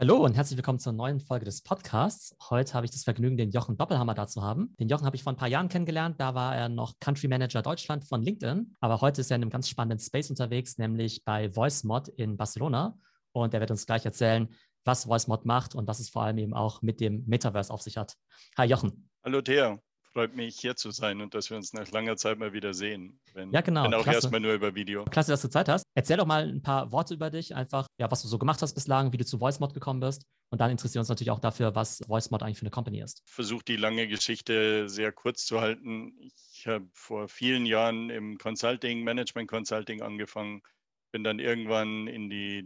Hallo und herzlich willkommen zur neuen Folge des Podcasts. Heute habe ich das Vergnügen, den Jochen Doppelhammer da zu haben. Den Jochen habe ich vor ein paar Jahren kennengelernt. Da war er noch Country Manager Deutschland von LinkedIn. Aber heute ist er in einem ganz spannenden Space unterwegs, nämlich bei VoiceMod in Barcelona. Und er wird uns gleich erzählen, was VoiceMod macht und was es vor allem eben auch mit dem Metaverse auf sich hat. Hi Jochen. Hallo Thea, freut mich hier zu sein und dass wir uns nach langer Zeit mal wieder sehen, Ja, wenn, genau, wenn auch klasse. erstmal nur über Video. Klasse, dass du Zeit hast. Erzähl doch mal ein paar Worte über dich, einfach, ja, was du so gemacht hast bislang, wie du zu VoiceMod gekommen bist. Und dann interessieren wir uns natürlich auch dafür, was VoiceMod eigentlich für eine Company ist. Versuche die lange Geschichte sehr kurz zu halten. Ich habe vor vielen Jahren im Consulting, Management Consulting angefangen, bin dann irgendwann in die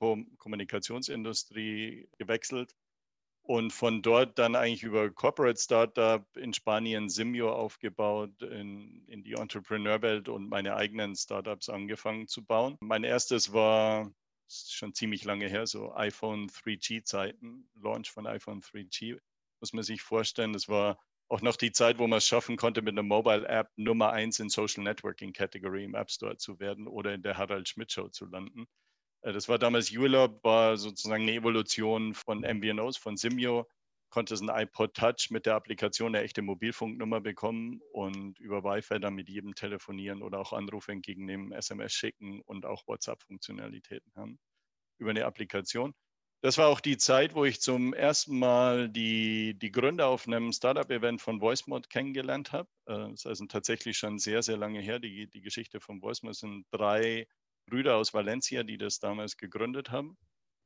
Telekommunikationsindustrie gewechselt und von dort dann eigentlich über Corporate Startup in Spanien Simio aufgebaut, in die Entrepreneurwelt und meine eigenen Startups angefangen zu bauen. Mein erstes war schon ziemlich lange her, so iPhone 3G-Zeiten, Launch von iPhone 3G, muss man sich vorstellen. Das war auch noch die Zeit, wo man es schaffen konnte, mit einer Mobile-App Nummer 1 in Social Networking Category im App Store zu werden oder in der Harald Schmidt Show zu landen. Das war damals ULOB, war sozusagen eine Evolution von MVNOs, von Simio. Konnte es ein iPod Touch mit der Applikation eine echte Mobilfunknummer bekommen und über Wi-Fi dann mit jedem telefonieren oder auch Anrufe entgegennehmen, SMS schicken und auch WhatsApp-Funktionalitäten haben über eine Applikation. Das war auch die Zeit, wo ich zum ersten Mal die Gründer auf einem Startup-Event von VoiceMod kennengelernt habe. Das ist also tatsächlich schon sehr, sehr lange her. Die Geschichte von VoiceMod sind 3 Brüder aus Valencia, die das damals gegründet haben.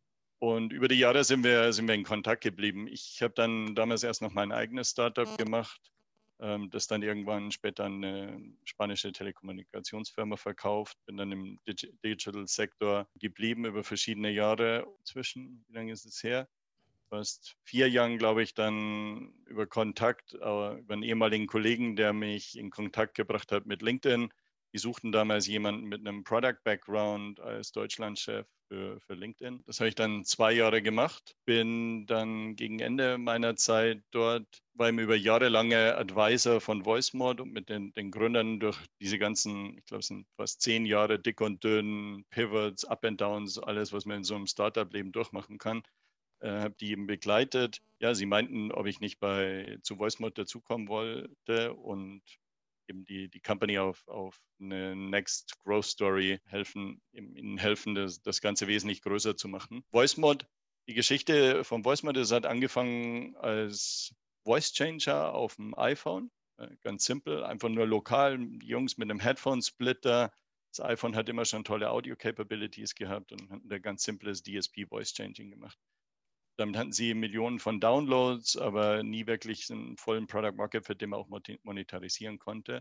Und über die Jahre sind wir in Kontakt geblieben. Ich habe dann damals erst noch mein eigenes Startup gemacht, das dann irgendwann später eine spanische Telekommunikationsfirma verkauft, bin dann im Digital-Sektor geblieben über verschiedene Jahre. Inzwischen, wie lange ist es her? Fast 4 Jahren, glaube ich, dann über Kontakt, über einen ehemaligen Kollegen, der mich in Kontakt gebracht hat mit LinkedIn. Die suchten damals jemanden mit einem Product-Background als Deutschlandchef für LinkedIn. Das habe ich dann 2 Jahre gemacht. Bin dann gegen Ende meiner Zeit dort, war ich über jahrelange Advisor von VoiceMod und mit den Gründern durch diese ganzen, ich glaube, es sind fast 10 Jahre dick und dünn, Pivots, Up and Downs, alles, was man in so einem Startup-Leben durchmachen kann. Habe die eben begleitet. Ja, sie meinten, ob ich nicht zu VoiceMod dazukommen wollte und eben die Company auf eine Next Growth Story ihnen helfen, das Ganze wesentlich größer zu machen. VoiceMod, die Geschichte von VoiceMod, das hat angefangen als Voice Changer auf dem iPhone. Ganz simpel, einfach nur lokal, die Jungs mit einem Headphone-Splitter. Das iPhone hat immer schon tolle Audio-Capabilities gehabt und hat ein ganz simples DSP-Voice-Changing gemacht. Damit hatten sie Millionen von Downloads, aber nie wirklich einen vollen Product Market Fit, den man auch monetarisieren konnte.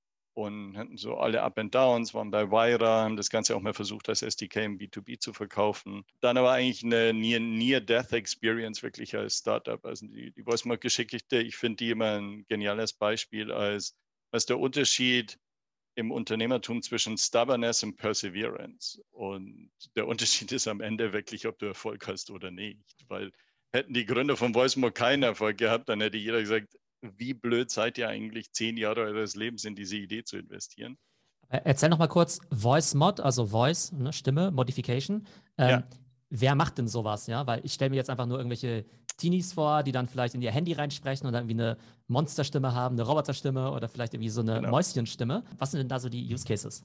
Und hatten so alle Up and Downs, waren bei Wayra, haben das Ganze auch mal versucht, als SDK im B2B zu verkaufen. Dann aber eigentlich eine Near-Death-Experience wirklich als Startup. Also die VoiceMod-Geschichte, ich finde die immer ein geniales Beispiel was der Unterschied im Unternehmertum zwischen Stubbornness und Perseverance. Und der Unterschied ist am Ende wirklich, ob du Erfolg hast oder nicht. Weil hätten die Gründer von VoiceMod keinen Erfolg gehabt, dann hätte jeder gesagt, wie blöd seid ihr eigentlich, 10 Jahre eures Lebens in diese Idee zu investieren. Erzähl noch mal kurz Voice Mod, also Voice, ne, Stimme, Modification. Ja, Ähm, Wer macht denn sowas, ja? Weil ich stelle mir jetzt einfach nur irgendwelche Teenies vor, die dann vielleicht in ihr Handy reinsprechen und dann irgendwie eine Monsterstimme haben, eine Roboterstimme oder vielleicht irgendwie so eine genau. Mäuschenstimme. Was sind denn da so die Use Cases?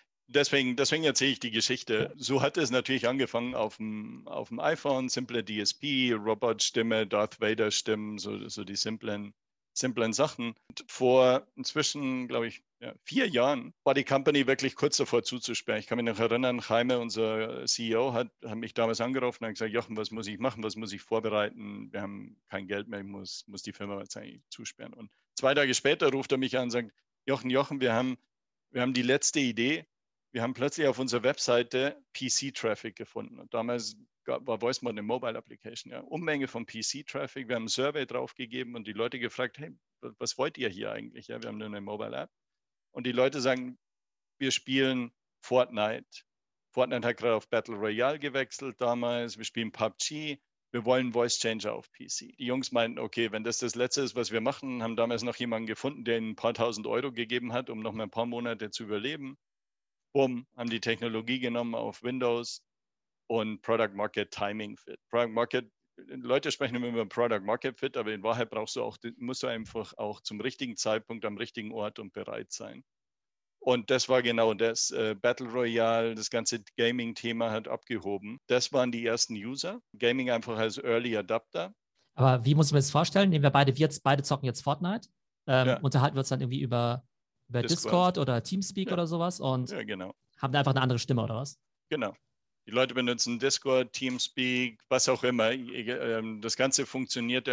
Deswegen erzähle ich die Geschichte. So hat es natürlich angefangen auf dem iPhone, simple DSP, Robot-Stimme, Darth Vader-Stimmen, so die simplen Sachen. Und vor inzwischen, glaube ich, 4 Jahren war die Company wirklich kurz davor zuzusperren. Ich kann mich noch erinnern, Jaime, unser CEO, hat mich damals angerufen und hat gesagt, Jochen, was muss ich machen, was muss ich vorbereiten? Wir haben kein Geld mehr, ich muss die Firma jetzt eigentlich zusperren. Und 2 Tage später ruft er mich an und sagt, Jochen, wir haben die letzte Idee. Wir haben plötzlich auf unserer Webseite PC-Traffic gefunden. Und damals war VoiceMod eine Mobile-Application. Ja. Unmenge von PC-Traffic. Wir haben ein Survey draufgegeben und die Leute gefragt, hey, was wollt ihr hier eigentlich? Ja, wir haben nur eine Mobile-App. Und die Leute sagen, wir spielen Fortnite. Fortnite hat gerade auf Battle Royale gewechselt damals. Wir spielen PUBG. Wir wollen Voice Changer auf PC. Die Jungs meinten, okay, wenn das Letzte ist, was wir machen, haben damals noch jemanden gefunden, der ihnen ein paar tausend Euro gegeben hat, um noch mal ein paar Monate zu überleben. Bumm, haben die Technologie genommen auf Windows, und Product Market Timing Fit. Product Market, Leute sprechen immer über Product Market Fit, aber in Wahrheit musst du einfach auch zum richtigen Zeitpunkt am richtigen Ort und bereit sein. Und das war genau das. Battle Royale, das ganze Gaming-Thema hat abgehoben. Das waren die ersten User. Gaming einfach als Early Adapter. Aber wie muss ich mir das vorstellen? Nehmen wir beide zocken jetzt Fortnite, Ja, unterhalten wir uns dann irgendwie über Discord. Discord oder Teamspeak Ja, oder sowas und ja, genau. haben da einfach eine andere Stimme oder was? Genau. Die Leute benutzen Discord, Teamspeak, was auch immer. Das Ganze funktioniert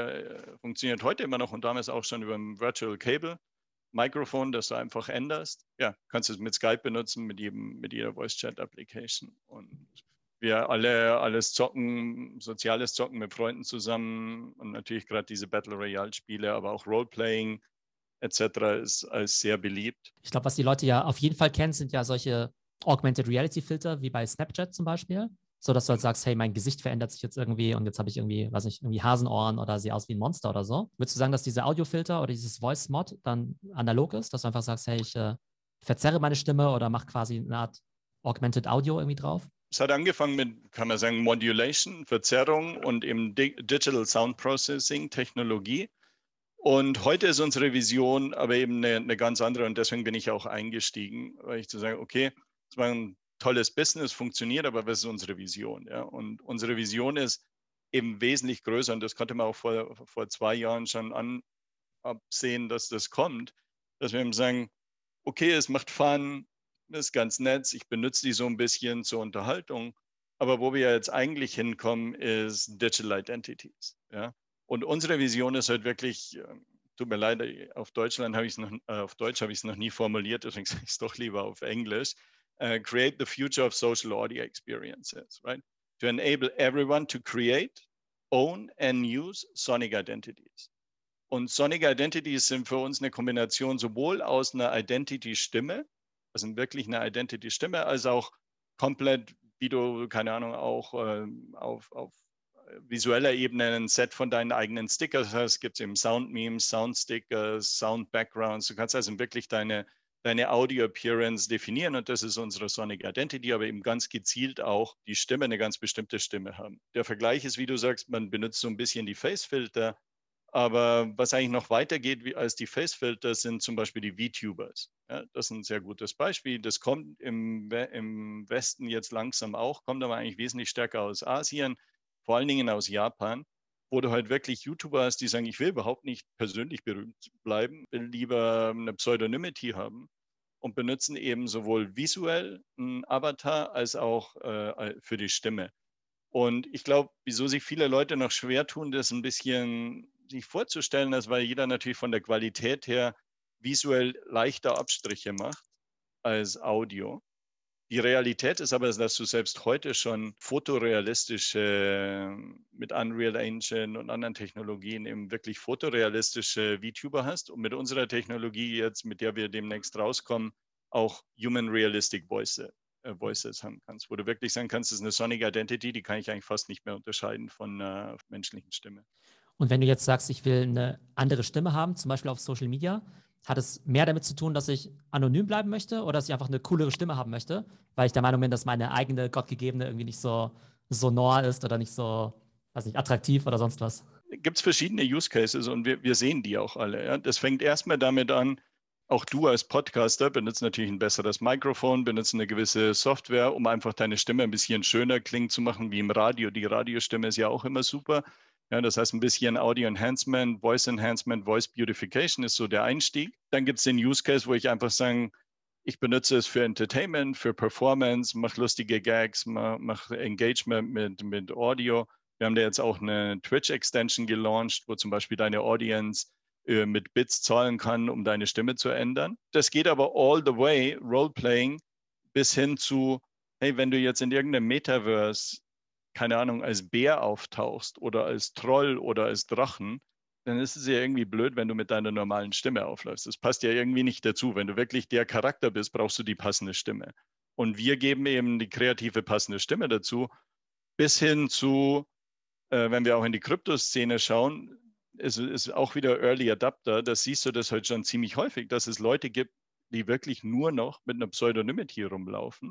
heute immer noch und damals auch schon über ein Virtual Cable Mikrofon, das du einfach änderst. Ja, kannst du es mit Skype benutzen, mit jeder Voice Chat Application. Und wir alle alles zocken, soziales Zocken mit Freunden zusammen und natürlich gerade diese Battle Royale Spiele, aber auch Roleplaying etc. ist als sehr beliebt. Ich glaube, was die Leute ja auf jeden Fall kennen, sind ja solche Augmented Reality Filter, wie bei Snapchat zum Beispiel. So dass du halt sagst, hey, mein Gesicht verändert sich jetzt irgendwie und jetzt habe ich irgendwie, weiß nicht, irgendwie Hasenohren oder sehe aus wie ein Monster oder so. Würdest du sagen, dass diese Audiofilter oder dieses Voice-Mod dann analog ist, dass du einfach sagst, hey, ich verzerre meine Stimme oder mache quasi eine Art Augmented Audio irgendwie drauf? Es hat angefangen mit, kann man sagen, Modulation, Verzerrung und eben Digital Sound Processing Technologie. Und heute ist unsere Vision aber eben eine ganz andere und deswegen bin ich auch eingestiegen, weil ich zu sagen, okay, es war ein tolles Business, funktioniert, aber was ist unsere Vision? Ja? Und unsere Vision ist eben wesentlich größer und das konnte man auch vor 2 Jahren schon absehen, dass das kommt, dass wir eben sagen, okay, es macht Fun, ist ganz nett, ich benutze die so ein bisschen zur Unterhaltung, aber wo wir jetzt eigentlich hinkommen, ist Digital Identities. Ja? Und unsere Vision ist halt wirklich, tut mir leid, auf Deutsch habe ich es noch nie formuliert, deswegen sage ich es doch lieber auf Englisch. Create the future of social audio experiences, right? To enable everyone to create, own and use sonic identities. Und Sonic Identities sind für uns eine Kombination sowohl aus einer Identity-Stimme, also wirklich eine Identity-Stimme, als auch komplett, wie du, keine Ahnung, auch auf visueller Ebene ein Set von deinen eigenen Stickers hast. Gibt es eben Sound-Memes, Sound-Stickers, Sound-Backgrounds. Du kannst also wirklich deine Audio-Appearance definieren und das ist unsere Sonic Identity, aber eben ganz gezielt auch die Stimme, eine ganz bestimmte Stimme haben. Der Vergleich ist, wie du sagst, man benutzt so ein bisschen die Face-Filter, aber was eigentlich noch weitergeht als die Face-Filter sind zum Beispiel die VTubers. Ja, das ist ein sehr gutes Beispiel. Das kommt im Westen jetzt langsam auch, kommt aber eigentlich wesentlich stärker aus Asien, vor allen Dingen aus Japan, wo du halt wirklich YouTuber hast, die sagen, ich will überhaupt nicht persönlich berühmt bleiben, will lieber eine Pseudonymity haben und benutzen eben sowohl visuell einen Avatar als auch für die Stimme. Und ich glaube, wieso sich viele Leute noch schwer tun, das ein bisschen sich vorzustellen, ist, weil jeder natürlich von der Qualität her visuell leichter Abstriche macht als Audio. Die Realität ist aber, dass du selbst heute schon fotorealistische, mit Unreal Engine und anderen Technologien eben wirklich fotorealistische VTuber hast und mit unserer Technologie jetzt, mit der wir demnächst rauskommen, auch Human Realistic Voices haben kannst, wo du wirklich sagen kannst, das ist eine Sonic Identity, die kann ich eigentlich fast nicht mehr unterscheiden von einer menschlichen Stimme. Und wenn du jetzt sagst, ich will eine andere Stimme haben, zum Beispiel auf Social Media, hat es mehr damit zu tun, dass ich anonym bleiben möchte oder dass ich einfach eine coolere Stimme haben möchte, weil ich der Meinung bin, dass meine eigene gottgegebene irgendwie nicht so sonor ist oder nicht so, weiß nicht, attraktiv oder sonst was? Gibt es verschiedene Use Cases und wir sehen die auch alle. Ja? Das fängt erstmal damit an, auch du als Podcaster benutzt natürlich ein besseres Mikrofon, benutzt eine gewisse Software, um einfach deine Stimme ein bisschen schöner klingen zu machen wie im Radio. Die Radiostimme ist ja auch immer super. Ja, das heißt, ein bisschen Audio Enhancement, Voice Beautification ist so der Einstieg. Dann gibt es den Use Case, wo ich einfach sage, ich benutze es für Entertainment, für Performance, mache lustige Gags, mache Engagement mit Audio. Wir haben da jetzt auch eine Twitch-Extension gelauncht, wo zum Beispiel deine Audience mit Bits zahlen kann, um deine Stimme zu ändern. Das geht aber all the way, Roleplaying, bis hin zu, hey, wenn du jetzt in irgendeinem Metaverse, keine Ahnung, als Bär auftauchst oder als Troll oder als Drachen, dann ist es ja irgendwie blöd, wenn du mit deiner normalen Stimme aufläufst. Das passt ja irgendwie nicht dazu. Wenn du wirklich der Charakter bist, brauchst du die passende Stimme. Und wir geben eben die kreative passende Stimme dazu, bis hin zu, wenn wir auch in die Kryptoszene schauen, ist auch wieder Early Adapter. Das siehst du das heute schon ziemlich häufig, dass es Leute gibt, die wirklich nur noch mit einer Pseudonymity rumlaufen.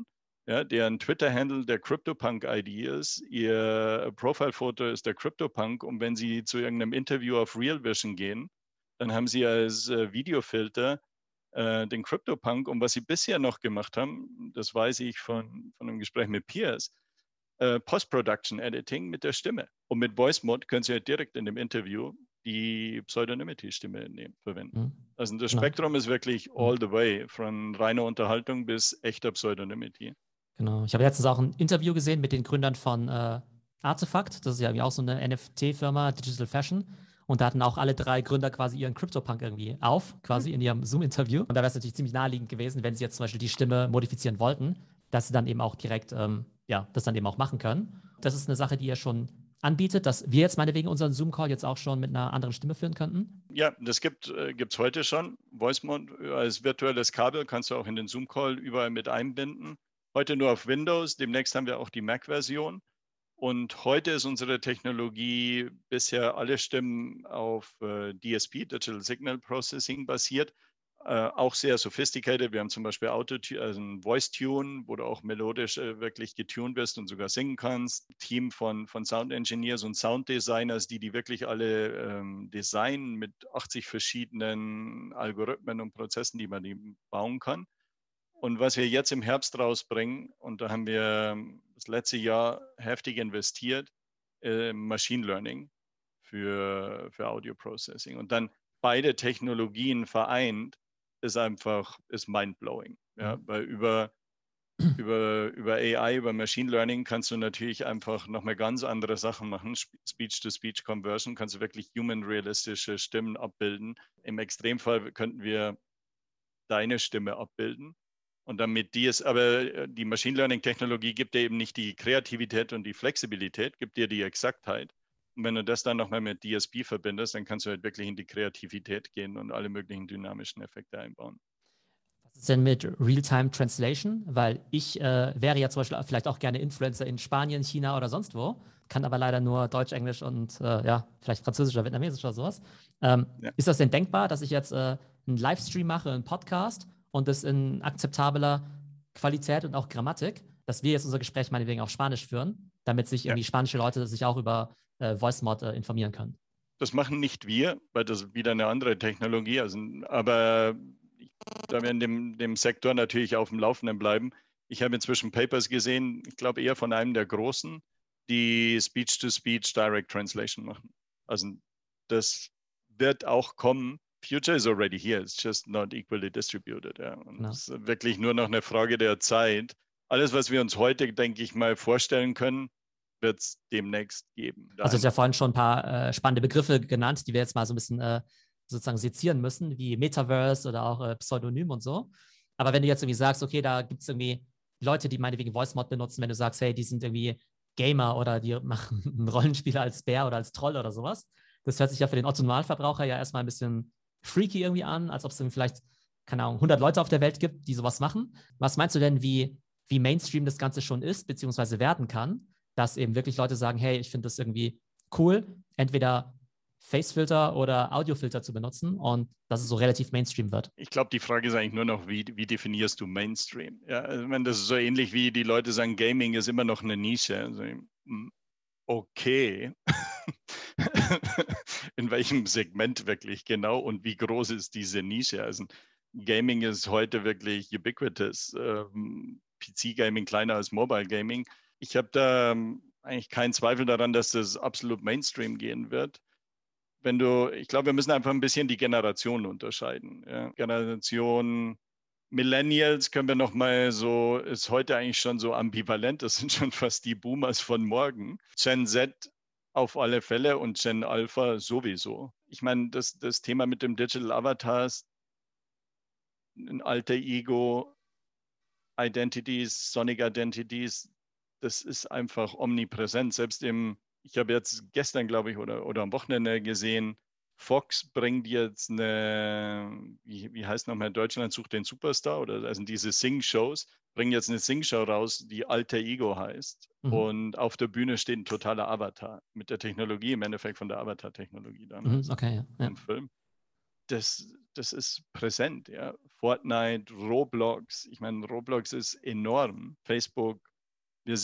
ja, deren Twitter-Handle der CryptoPunk-ID ist. Ihr Profilfoto ist der CryptoPunk. Und wenn Sie zu irgendeinem Interview auf Real Vision gehen, dann haben Sie als Videofilter den CryptoPunk. Und was Sie bisher noch gemacht haben, das weiß ich von einem Gespräch mit Peers, Post-Production-Editing mit der Stimme. Und mit Voice Mode können Sie halt direkt in dem Interview die Pseudonymity-Stimme verwenden. Mhm. Also das Genau. Spektrum ist wirklich all the way, von reiner Unterhaltung bis echter Pseudonymity. Genau. Ich habe letztens auch ein Interview gesehen mit den Gründern von Artefakt. Das ist ja irgendwie auch so eine NFT-Firma, Digital Fashion. Und da hatten auch alle drei Gründer quasi ihren CryptoPunk irgendwie auf, quasi in ihrem Zoom-Interview. Und da wäre es natürlich ziemlich naheliegend gewesen, wenn sie jetzt zum Beispiel die Stimme modifizieren wollten, dass sie dann eben auch direkt, das dann eben auch machen können. Das ist eine Sache, die ihr schon anbietet, dass wir jetzt meinetwegen unseren Zoom-Call jetzt auch schon mit einer anderen Stimme führen könnten? Ja, das gibt es heute schon. Voice Mode als virtuelles Kabel kannst du auch in den Zoom-Call überall mit einbinden. Heute nur auf Windows, demnächst haben wir auch die Mac-Version. Und heute ist unsere Technologie bisher alle Stimmen auf DSP, Digital Signal Processing, basiert. Auch sehr sophisticated. Wir haben zum Beispiel also ein Voice Tune, wo du auch melodisch wirklich getuned wirst und sogar singen kannst. Team von Sound Engineers und Sound Designers, die wirklich alle designen mit 80 verschiedenen Algorithmen und Prozessen, die man bauen kann. Und was wir jetzt im Herbst rausbringen, und da haben wir das letzte Jahr heftig investiert, Machine Learning für Audio Processing. Und dann beide Technologien vereint, ist mindblowing. Ja, weil über AI, über Machine Learning kannst du natürlich einfach nochmal ganz andere Sachen machen. Speech-to-Speech-Conversion kannst du wirklich human-realistische Stimmen abbilden. Im Extremfall könnten wir deine Stimme abbilden. Und damit aber die Machine Learning Technologie gibt dir eben nicht die Kreativität und die Flexibilität, gibt dir die Exaktheit. Und wenn du das dann nochmal mit DSP verbindest, dann kannst du halt wirklich in die Kreativität gehen und alle möglichen dynamischen Effekte einbauen. Was ist denn mit Real-Time Translation? Weil ich wäre ja zum Beispiel vielleicht auch gerne Influencer in Spanien, China oder sonst wo, kann aber leider nur Deutsch, Englisch und vielleicht Französisch oder Vietnamesisch oder sowas. Ja. Ist das denn denkbar, dass ich jetzt einen Livestream mache, einen Podcast und das in akzeptabler Qualität und auch Grammatik, dass wir jetzt unser Gespräch meinetwegen auf Spanisch führen, damit sich irgendwie spanische Leute sich auch über VoiceMod informieren können? Das machen nicht wir, weil das ist wieder eine andere Technologie. Aber da wir in dem Sektor natürlich auf dem Laufenden bleiben. Ich habe inzwischen Papers gesehen, ich glaube eher von einem der Großen, die Speech-to-Speech Direct Translation machen. Also das wird auch kommen. Future is already here, it's just not equally distributed. Ja. Und Genau. es ist wirklich nur noch eine Frage der Zeit. Alles, was wir uns heute, denke ich mal, vorstellen können, wird es demnächst geben. Also du hast ja vorhin schon ein paar spannende Begriffe genannt, die wir jetzt mal so ein bisschen sozusagen sezieren müssen, wie Metaverse oder auch Pseudonym und so. Aber wenn du jetzt irgendwie sagst, okay, da gibt es irgendwie Leute, die meinetwegen VoiceMod benutzen, wenn du sagst, hey, die sind irgendwie Gamer oder die machen ein Rollenspiel als Bär oder als Troll oder sowas, das hört sich ja für den Otto-Normalverbraucher ja erstmal ein bisschen freaky irgendwie an, als ob es irgendwie vielleicht, keine Ahnung, 100 Leute auf der Welt gibt, die sowas machen. Was meinst du denn, wie Mainstream das Ganze schon ist, beziehungsweise werden kann, dass eben wirklich Leute sagen, hey, ich finde das irgendwie cool, entweder Facefilter oder Audiofilter zu benutzen und dass es so relativ Mainstream wird? Ich glaube, die Frage ist eigentlich nur noch, wie definierst du Mainstream? Ja, also, ich meine, das ist so ähnlich wie die Leute sagen, Gaming ist immer noch eine Nische. Also, okay. In welchem Segment wirklich genau und wie groß ist diese Nische? Also Gaming ist heute wirklich ubiquitous. PC-Gaming kleiner als Mobile-Gaming. Ich habe da eigentlich keinen Zweifel daran, dass das absolut Mainstream gehen wird. Ich glaube, wir müssen einfach ein bisschen die Generationen unterscheiden. Ja. Generation Millennials können wir noch mal so, ist heute eigentlich schon so ambivalent, das sind schon fast die Boomers von morgen. Gen Z auf alle Fälle und Gen Alpha sowieso. Ich meine, das Thema mit dem Digital Avatars, ein alter Ego, Identities, Sonic Identities, das ist einfach omnipräsent. Ich habe jetzt gestern, glaube ich, oder am Wochenende gesehen, Fox bringt jetzt wie heißt nochmal, Deutschland sucht den Superstar, oder also diese Sing-Shows, bringen jetzt eine Sing-Show raus, die Alter Ego heißt. Und auf der Bühne steht ein totaler Avatar mit der Technologie, im Endeffekt von der Avatar-Technologie damals Okay, ja. im Film. das ist präsent. Ja. Fortnite, Roblox, ich meine, Roblox ist enorm. Facebook, jetzt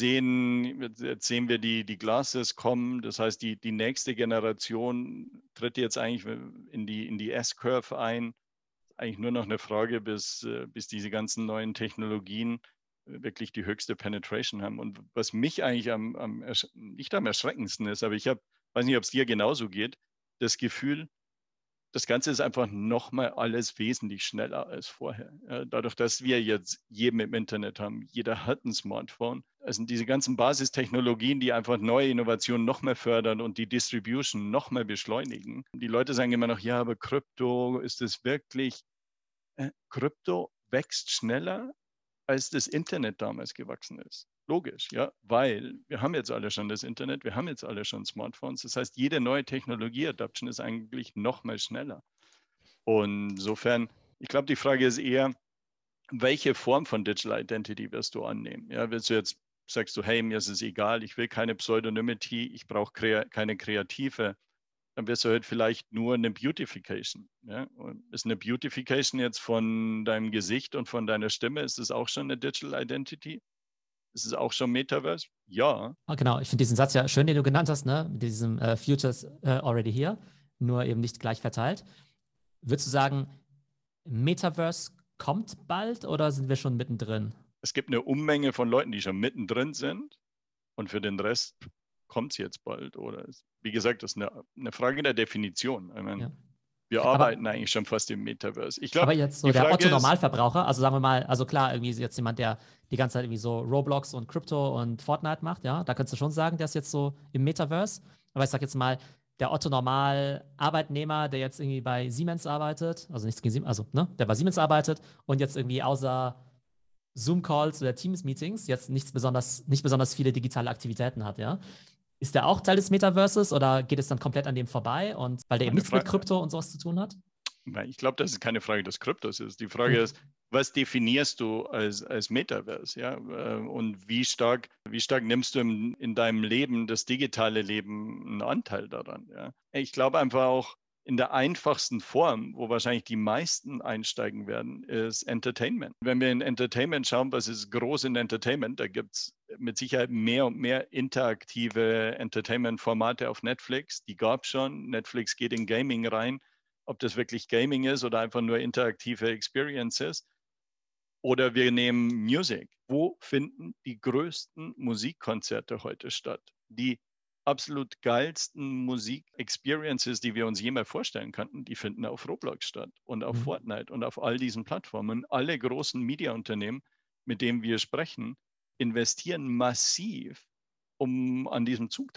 sehen wir die Glasses kommen. Das heißt, die nächste Generation tritt jetzt eigentlich in die S-Curve ein. Eigentlich nur noch eine Frage, bis diese ganzen neuen Technologien wirklich die höchste Penetration haben. Und was mich eigentlich nicht am erschreckendsten ist, aber weiß nicht, ob es dir genauso geht, das Gefühl, das Ganze ist einfach nochmal alles wesentlich schneller als vorher. Dadurch, dass wir jetzt jeden im Internet haben, jeder hat ein Smartphone. Also diese ganzen Basistechnologien, die einfach neue Innovationen noch mehr fördern und die Distribution noch mehr beschleunigen. Die Leute sagen immer noch, ja, aber Krypto, ist es wirklich? Krypto wächst schneller, als das Internet damals gewachsen ist. Logisch, ja, weil wir haben jetzt alle schon das Internet, wir haben jetzt alle schon Smartphones. Das heißt, jede neue Technologie-Adoption ist eigentlich noch mal schneller. Und insofern, ich glaube, die Frage ist eher, welche Form von Digital Identity wirst du annehmen? Ja, sagst du, hey, mir ist es egal, ich will keine Pseudonymity, ich brauche keine kreative, dann wirst du halt vielleicht nur eine Beautification. Ja? Ist eine Beautification jetzt von deinem Gesicht und von deiner Stimme, ist es auch schon eine Digital Identity? Ist es auch schon Metaverse? Ja. Genau, ich finde diesen Satz ja schön, den du genannt hast, ne? Mit diesem Futures already here, nur eben nicht gleich verteilt. Würdest du sagen, Metaverse kommt bald oder sind wir schon mittendrin? Es gibt eine Unmenge von Leuten, die schon mittendrin sind und für den Rest kommt es jetzt bald. Oder wie gesagt, das ist eine Frage der Definition. Ich meine, Ja. wir arbeiten eigentlich schon fast im Metaverse. Ich glaube, aber jetzt so die der Frage ist, Otto-Normalverbraucher, also sagen wir mal, also klar, irgendwie ist jetzt jemand, der die ganze Zeit irgendwie so Roblox und Crypto und Fortnite macht, ja, da könntest du schon sagen, der ist jetzt so im Metaverse. Aber ich sag jetzt mal, der Otto-Normal-Arbeitnehmer, der jetzt irgendwie bei Siemens arbeitet, also nichts gegen Siemens, also, ne, der bei Siemens arbeitet und jetzt irgendwie außer Zoom-Calls oder Teams-Meetings jetzt nicht besonders viele digitale Aktivitäten hat, ja. Ist der auch Teil des Metaverses oder geht es dann komplett an dem vorbei und weil der eben meine nichts mit Frage, Krypto und sowas zu tun hat? ich glaube, das ist keine Frage des Kryptos ist. Die Frage Gut. ist, was definierst du als Metaverse? Ja? Und wie stark nimmst du in deinem Leben, das digitale Leben, einen Anteil daran? Ja? Ich glaube einfach auch, in der einfachsten Form, wo wahrscheinlich die meisten einsteigen werden, ist Entertainment. Wenn wir in Entertainment schauen, was ist groß in Entertainment, da gibt es mit Sicherheit mehr und mehr interaktive Entertainment-Formate auf Netflix. Die gab es schon. Netflix geht in Gaming rein. Ob das wirklich Gaming ist oder einfach nur interaktive Experiences. Oder wir nehmen Music. Wo finden die größten Musikkonzerte heute statt? Die absolut geilsten Musik-Experiences, die wir uns jemals vorstellen könnten, die finden auf Roblox statt und auf Fortnite und auf all diesen Plattformen. Alle großen Mediaunternehmen, mit denen wir sprechen, investieren massiv, um an diesem Zug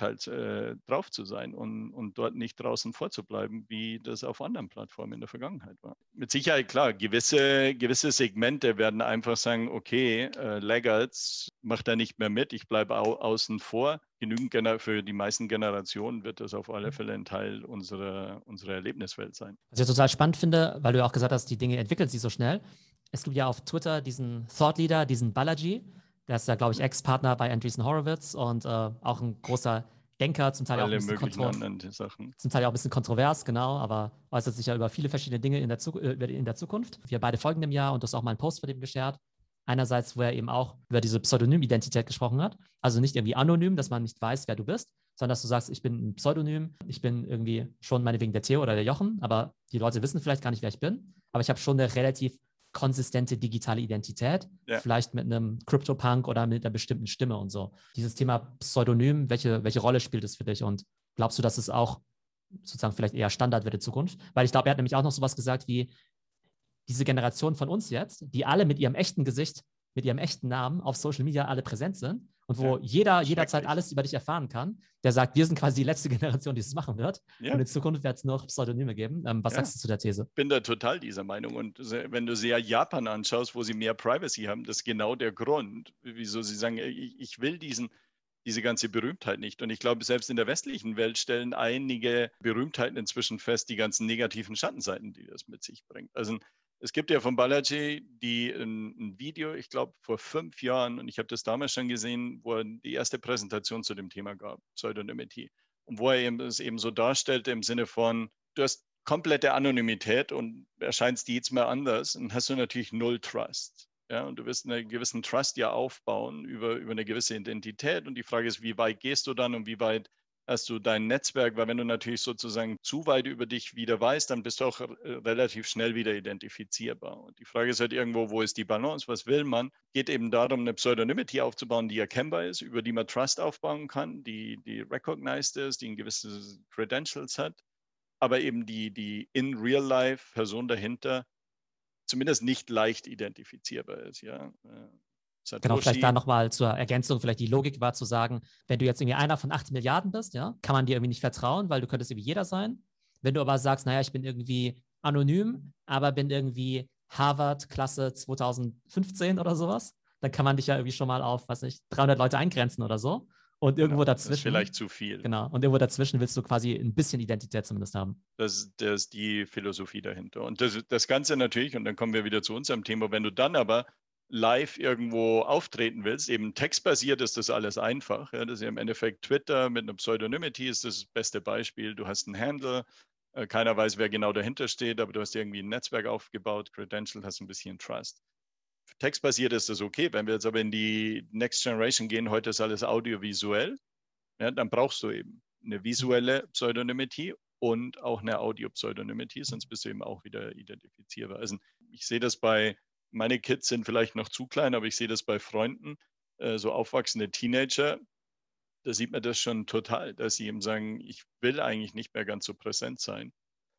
drauf zu sein und dort nicht draußen vorzubleiben, wie das auf anderen Plattformen in der Vergangenheit war. Mit Sicherheit, klar, gewisse Segmente werden einfach sagen, okay, Laggards macht da nicht mehr mit, ich bleibe außen vor. Für die meisten Generationen wird das auf alle Fälle ein Teil unserer Erlebniswelt sein. Was ich total spannend finde, weil du ja auch gesagt hast, die Dinge entwickeln sich so schnell. Es gibt ja auf Twitter diesen Thought Leader, diesen Balaji. Der ist ja, glaube ich, Ex-Partner bei Andreessen Horowitz und auch ein großer Denker, zum Teil auch Alle möglichen anderen Sachen. zum Teil auch ein bisschen kontrovers, genau, aber äußert sich ja über viele verschiedene Dinge in der Zukunft. Wir beide folgen dem ja und du hast auch mal einen Post von dem geshared. Einerseits, wo er eben auch über diese Pseudonym-Identität gesprochen hat. Also nicht irgendwie anonym, dass man nicht weiß, wer du bist, sondern dass du sagst, ich bin ein Pseudonym, ich bin irgendwie schon meinetwegen der Theo oder der Jochen, aber die Leute wissen vielleicht gar nicht, wer ich bin. Aber ich habe schon eine relativ konsistente digitale Identität, Ja. vielleicht mit einem CryptoPunk oder mit einer bestimmten Stimme und so. Dieses Thema Pseudonym, welche Rolle spielt es für dich und glaubst du, dass es auch sozusagen vielleicht eher Standard wird in Zukunft? Weil ich glaube, er hat nämlich auch noch sowas gesagt wie, diese Generation von uns jetzt, die alle mit ihrem echten Gesicht, mit ihrem echten Namen auf Social Media alle präsent sind und wo jeder jederzeit alles über dich erfahren kann, der sagt, wir sind quasi die letzte Generation, die es machen wird. Ja. Und in Zukunft wird es nur Pseudonyme geben. Was sagst du zu der These? Ich bin da total dieser Meinung. Und wenn du sehr Japan anschaust, wo sie mehr Privacy haben, das ist genau der Grund, wieso sie sagen, ich will diese ganze Berühmtheit nicht. Und ich glaube, selbst in der westlichen Welt stellen einige Berühmtheiten inzwischen fest, die ganzen negativen Schattenseiten, die das mit sich bringt. Also es gibt ja von Balaji ein Video, ich glaube vor 5 Jahren, und ich habe das damals schon gesehen, wo er die erste Präsentation zu dem Thema gab, Pseudonymity. Und wo er es eben so darstellte im Sinne von, du hast komplette Anonymität und erscheinst jedes Mal anders, dann hast du natürlich null Trust. Ja, und du wirst einen gewissen Trust ja aufbauen über eine gewisse Identität. Und die Frage ist, wie weit gehst du dann und wie weit hast du dein Netzwerk? Weil wenn du natürlich sozusagen zu weit über dich wieder weißt, dann bist du auch relativ schnell wieder identifizierbar. Und die Frage ist halt irgendwo, wo ist die Balance? Was will man? Geht eben darum, eine Pseudonymity aufzubauen, die erkennbar ist, über die man Trust aufbauen kann, die recognized ist, die ein gewisses Credentials hat, aber eben die in real life Person dahinter zumindest nicht leicht identifizierbar ist. Ja. Genau, vielleicht da Satoshi, nochmal zur Ergänzung, vielleicht die Logik war zu sagen, wenn du jetzt irgendwie einer von 8 Milliarden bist, ja, kann man dir irgendwie nicht vertrauen, weil du könntest irgendwie jeder sein. Wenn du aber sagst, naja, ich bin irgendwie anonym, aber bin irgendwie Harvard-Klasse 2015 oder sowas, dann kann man dich ja irgendwie schon mal auf, weiß nicht, 300 Leute eingrenzen oder so. Und irgendwo genau, das ist vielleicht dazwischen, zu viel. genau, und irgendwo dazwischen willst du quasi ein bisschen Identität zumindest haben. Das ist die Philosophie dahinter. Und das Ganze natürlich, und dann kommen wir wieder zu unserem Thema, wenn du dann aber live irgendwo auftreten willst, eben textbasiert ist das alles einfach. Ja, das ist ja im Endeffekt Twitter mit einer Pseudonymity ist das beste Beispiel. Du hast einen Handle, keiner weiß, wer genau dahinter steht, aber du hast irgendwie ein Netzwerk aufgebaut, Credential, hast ein bisschen Trust. Textbasiert ist das okay. Wenn wir jetzt aber in die Next Generation gehen, heute ist alles audiovisuell, ja, dann brauchst du eben eine visuelle Pseudonymity und auch eine Audio-Pseudonymity, sonst bist du eben auch wieder identifizierbar. Also ich sehe das meine Kids sind vielleicht noch zu klein, aber ich sehe das bei Freunden, so aufwachsende Teenager, da sieht man das schon total, dass sie eben sagen, ich will eigentlich nicht mehr ganz so präsent sein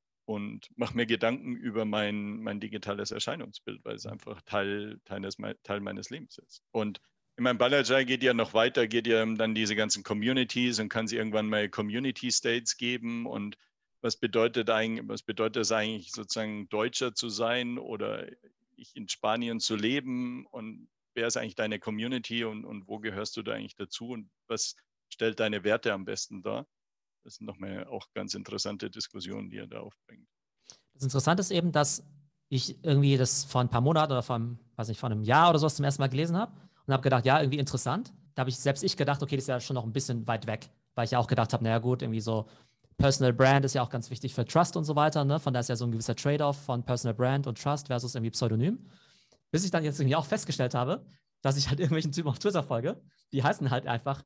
und mache mir Gedanken über mein digitales Erscheinungsbild, weil es einfach Teil meines Lebens ist. Und in meinem Balaji geht ja noch weiter, geht ja dann diese ganzen Communities und kann es irgendwann mal Community States geben. Und was bedeutet es eigentlich sozusagen Deutscher zu sein oder ich in Spanien zu leben und wer ist eigentlich deine Community und wo gehörst du da eigentlich dazu und was stellt deine Werte am besten dar? Das sind nochmal auch ganz interessante Diskussionen, die er da aufbringt. Das Interessante ist eben, dass ich irgendwie das vor ein paar Monaten oder weiß nicht, vor einem Jahr oder so zum ersten Mal gelesen habe und habe gedacht, ja, irgendwie interessant. Da habe selbst ich gedacht, okay, das ist ja schon noch ein bisschen weit weg, weil ich ja auch gedacht habe, naja gut, irgendwie so Personal Brand ist ja auch ganz wichtig für Trust und so weiter, ne? Von da ist ja so ein gewisser Trade-off von Personal Brand und Trust versus irgendwie Pseudonym. Bis ich dann jetzt irgendwie auch festgestellt habe, dass ich halt irgendwelchen Typen auf Twitter folge, die heißen halt einfach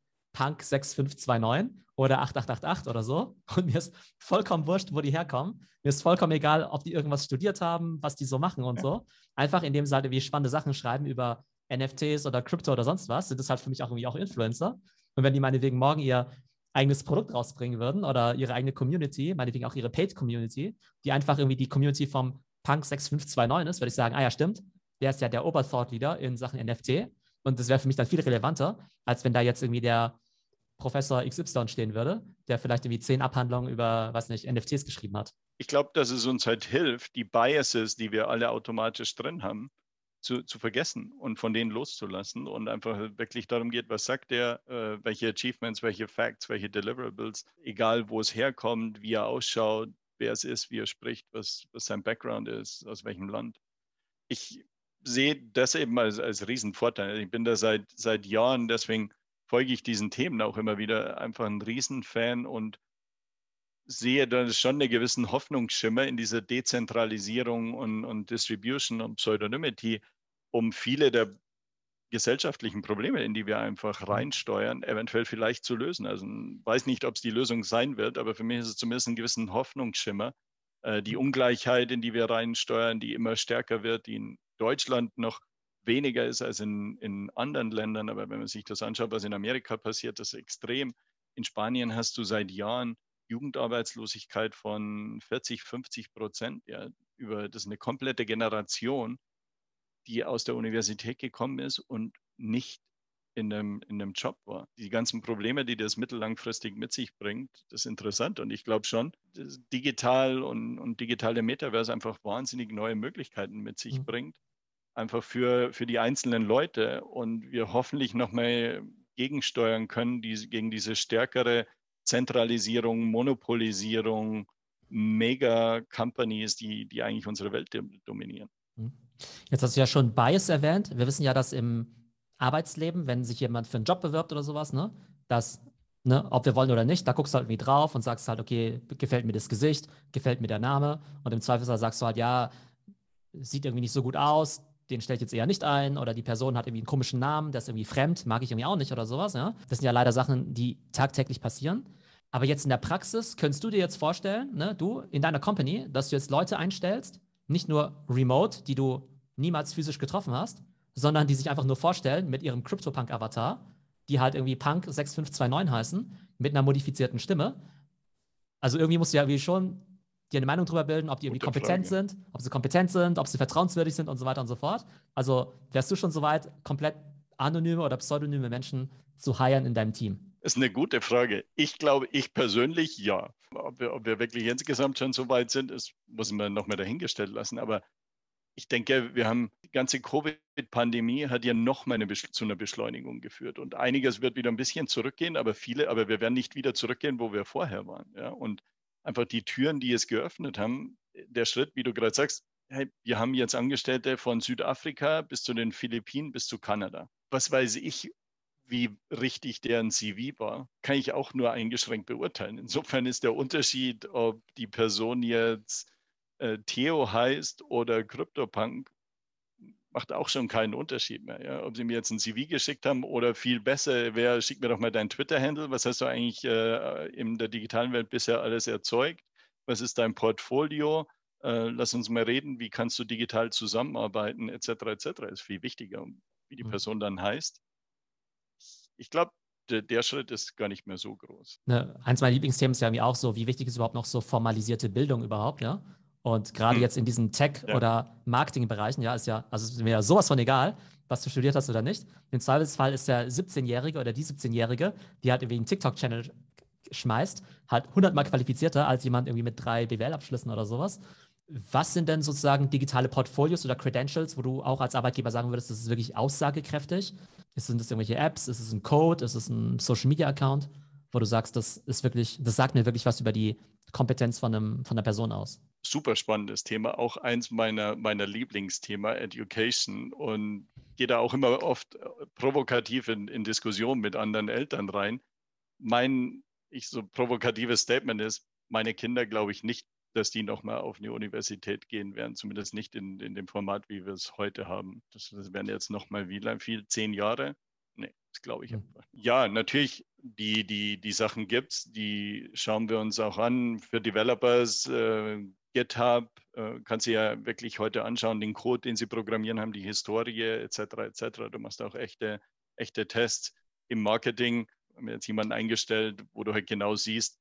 Punk6529 oder 8888 oder so. Und mir ist vollkommen wurscht, wo die herkommen. Mir ist vollkommen egal, ob die irgendwas studiert haben, was die so machen und Ja. so. Einfach indem sie halt irgendwie spannende Sachen schreiben über NFTs oder Krypto oder sonst was, sind das halt für mich auch irgendwie auch Influencer. Und wenn die meinetwegen morgen ihr eigenes Produkt rausbringen würden oder ihre eigene Community, meinetwegen auch ihre Paid-Community, die einfach irgendwie die Community vom Punk6529 ist, würde ich sagen, ah ja, stimmt, der ist ja der Oberthought-Leader in Sachen NFT. Und das wäre für mich dann viel relevanter, als wenn da jetzt irgendwie der Professor XY stehen würde, der vielleicht irgendwie 10 Abhandlungen über, weiß nicht, NFTs geschrieben hat. Ich glaube, dass es uns halt hilft, die Biases, die wir alle automatisch drin haben, zu vergessen und von denen loszulassen und einfach wirklich darum geht, was sagt der, welche Achievements, welche Facts, welche Deliverables, egal wo es herkommt, wie er ausschaut, wer es ist, wie er spricht, was sein Background ist, aus welchem Land. Ich sehe das eben als Riesenvorteil. Ich bin da seit Jahren, deswegen folge ich diesen Themen auch immer wieder, einfach ein Riesenfan und sehe da schon einen gewissen Hoffnungsschimmer in dieser Dezentralisierung und Distribution und Pseudonymity, um viele der gesellschaftlichen Probleme, in die wir einfach reinsteuern, eventuell vielleicht zu lösen. Also ich weiß nicht, ob es die Lösung sein wird, aber für mich ist es zumindest ein gewissen Hoffnungsschimmer. Die Ungleichheit, in die wir reinsteuern, die immer stärker wird, die in Deutschland noch weniger ist als in anderen Ländern. Aber wenn man sich das anschaut, was in Amerika passiert, das ist extrem. In Spanien hast du seit Jahren Jugendarbeitslosigkeit von 40-50%. Ja, das ist eine komplette Generation, die aus der Universität gekommen ist und nicht in einem Job war. Die ganzen Probleme, die das mittellangfristig mit sich bringt, das ist interessant. Und ich glaube schon, dass digital und digitale Metaverse einfach wahnsinnig neue Möglichkeiten mit sich bringt. Einfach für die einzelnen Leute. Und wir hoffentlich nochmal gegensteuern können gegen diese stärkere Zentralisierung, Monopolisierung, Mega-Companies, die eigentlich unsere Welt dominieren. Jetzt hast du ja schon Bias erwähnt. Wir wissen ja, dass im Arbeitsleben, wenn sich jemand für einen Job bewirbt oder sowas, ne, dass ne, ob wir wollen oder nicht, da guckst du halt irgendwie drauf und sagst halt, okay, gefällt mir das Gesicht, gefällt mir der Name und im Zweifelsfall sagst du halt, ja, sieht irgendwie nicht so gut aus, den stelle ich jetzt eher nicht ein oder die Person hat irgendwie einen komischen Namen, der ist irgendwie fremd, mag ich irgendwie auch nicht oder sowas, ja. Das sind ja leider Sachen, die tagtäglich passieren. Aber jetzt in der Praxis, könntest du dir jetzt vorstellen, ne, du in deiner Company, dass du jetzt Leute einstellst, nicht nur remote, die du niemals physisch getroffen hast, sondern die sich einfach nur vorstellen mit ihrem CryptoPunk-Avatar, die halt irgendwie Punk 6529 heißen, mit einer modifizierten Stimme. Also irgendwie musst du ja irgendwie schon dir eine Meinung darüber bilden, ob die irgendwie Gute kompetent Frage. sind, ob sie kompetent sind, ob sie vertrauenswürdig sind und so weiter und so fort. Also wärst du schon soweit, komplett anonyme oder pseudonyme Menschen zu hiren in deinem Team? Ist eine gute Frage. Ich glaube, ich persönlich ja. Ob wir wirklich insgesamt schon so weit sind, ist, muss man noch mal dahingestellt lassen. Aber ich denke, wir haben die ganze Covid-Pandemie hat ja noch mal zu einer Beschleunigung geführt. Und einiges wird wieder ein bisschen zurückgehen, aber wir werden nicht wieder zurückgehen, wo wir vorher waren. Ja? Und einfach die Türen, die es geöffnet haben, der Schritt, wie du gerade sagst, hey, wir haben jetzt Angestellte von Südafrika bis zu den Philippinen bis zu Kanada. Was weiß ich, wie richtig deren CV war, kann ich auch nur eingeschränkt beurteilen. Insofern ist der Unterschied, ob die Person jetzt Theo heißt oder CryptoPunk, macht auch schon keinen Unterschied mehr. Ja? Ob sie mir jetzt ein CV geschickt haben oder viel besser wäre, schick mir doch mal deinen Twitter-Handle. Was hast du eigentlich in der digitalen Welt bisher alles erzeugt? Was ist dein Portfolio? Lass uns mal reden, wie kannst du digital zusammenarbeiten, etc. etc. Ist viel wichtiger, wie die Mhm. Person dann heißt. Ich glaube, der Schritt ist gar nicht mehr so groß. Ne, eins meiner Lieblingsthemen ist ja irgendwie auch so, wie wichtig ist überhaupt noch so formalisierte Bildung überhaupt, ja? Und gerade Hm, jetzt in diesen Tech- ja. oder Marketingbereichen, ja, ist ja, also ist mir ja sowas von egal, was du studiert hast oder nicht. Im Zweifelsfall ist der 17-Jährige oder die 17-Jährige, die halt irgendwie einen TikTok-Channel schmeißt, halt 100-mal qualifizierter als jemand irgendwie mit 3 BWL-Abschlüssen oder sowas. Was sind denn sozusagen digitale Portfolios oder Credentials, wo du auch als Arbeitgeber sagen würdest, das ist wirklich aussagekräftig? Sind das irgendwelche Apps? Ist es ein Code? Ist es ein Social-Media-Account, wo du sagst, das ist wirklich, das sagt mir wirklich was über die Kompetenz von einer Person aus? Super spannendes Thema, auch eins meiner Lieblingsthema, Education. Und gehe da auch immer oft provokativ in Diskussionen mit anderen Eltern rein. So provokatives Statement ist, meine Kinder glaube ich nicht, dass die nochmal auf eine Universität gehen werden, zumindest nicht in dem Format, wie wir es heute haben. Das wären jetzt nochmal wie lang, 10 Jahre? Nee, das glaube ich Hm. einfach. Ja, natürlich, die Sachen gibt es, die schauen wir uns auch an. Für Developers, GitHub, kannst du ja wirklich heute anschauen, den Code, den sie programmieren haben, die Historie etc. etc. Du machst auch echte Tests. Im Marketing haben wir jetzt jemanden eingestellt, wo du halt genau siehst,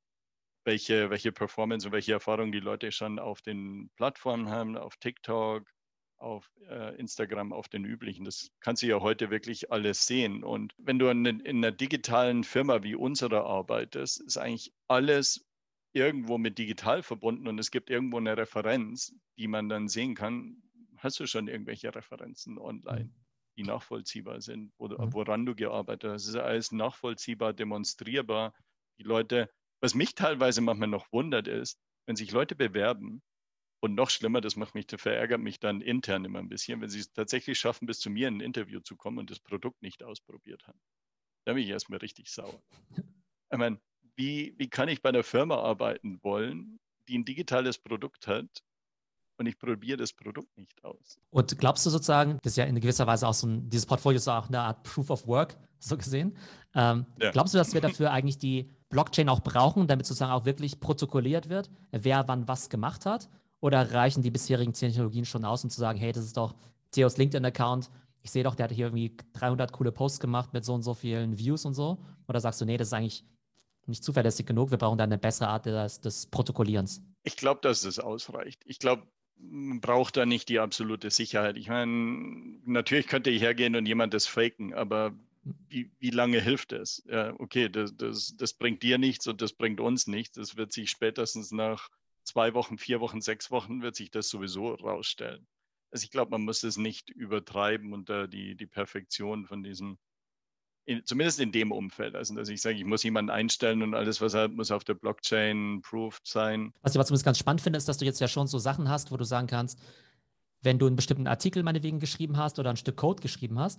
welche Performance und welche Erfahrungen die Leute schon auf den Plattformen haben, auf TikTok, auf Instagram, auf den üblichen. Das kannst du ja heute wirklich alles sehen. Und wenn du in einer digitalen Firma wie unserer arbeitest, ist eigentlich alles irgendwo mit digital verbunden und es gibt irgendwo eine Referenz, die man dann sehen kann. Hast du schon irgendwelche Referenzen Hm. online, die nachvollziehbar sind, Hm. woran du gearbeitet hast? Es ist alles nachvollziehbar, demonstrierbar. Die Leute, was mich teilweise manchmal noch wundert, ist, wenn sich Leute bewerben und noch schlimmer, verärgert mich dann intern immer ein bisschen, wenn sie es tatsächlich schaffen, bis zu mir in ein Interview zu kommen und das Produkt nicht ausprobiert haben. Da bin ich erstmal richtig sauer. Ich meine, wie kann ich bei einer Firma arbeiten wollen, die ein digitales Produkt hat und ich probiere das Produkt nicht aus? Und glaubst du sozusagen, das ist ja in gewisser Weise auch dieses Portfolio ist auch eine Art Proof of Work, so gesehen. Ja. Glaubst du, dass wir dafür eigentlich die Blockchain auch brauchen, damit sozusagen auch wirklich protokolliert wird, wer wann was gemacht hat? Oder reichen die bisherigen Technologien schon aus, um zu sagen, hey, das ist doch Theos LinkedIn-Account, ich sehe doch, der hat hier irgendwie 300 coole Posts gemacht mit so und so vielen Views und so? Oder sagst du, nee, das ist eigentlich nicht zuverlässig genug, wir brauchen da eine bessere Art des Protokollierens? Ich glaube, dass es ausreicht. Ich glaube, man braucht da nicht die absolute Sicherheit. Ich meine, natürlich könnte ich hergehen und jemand das faken, aber wie lange hilft es? Ja, okay, das bringt dir nichts und das bringt uns nichts. Das wird sich spätestens nach 2 Wochen, 4 Wochen, 6 Wochen wird sich das sowieso rausstellen. Also ich glaube, man muss es nicht übertreiben und da die Perfektion von diesem zumindest in dem Umfeld. Also, dass ich sage, ich muss jemanden einstellen und alles, was er hat, muss auf der Blockchain approved sein. Was ich zumindest ganz spannend finde, ist, dass du jetzt ja schon so Sachen hast, wo du sagen kannst, wenn du einen bestimmten Artikel meinetwegen geschrieben hast oder ein Stück Code geschrieben hast,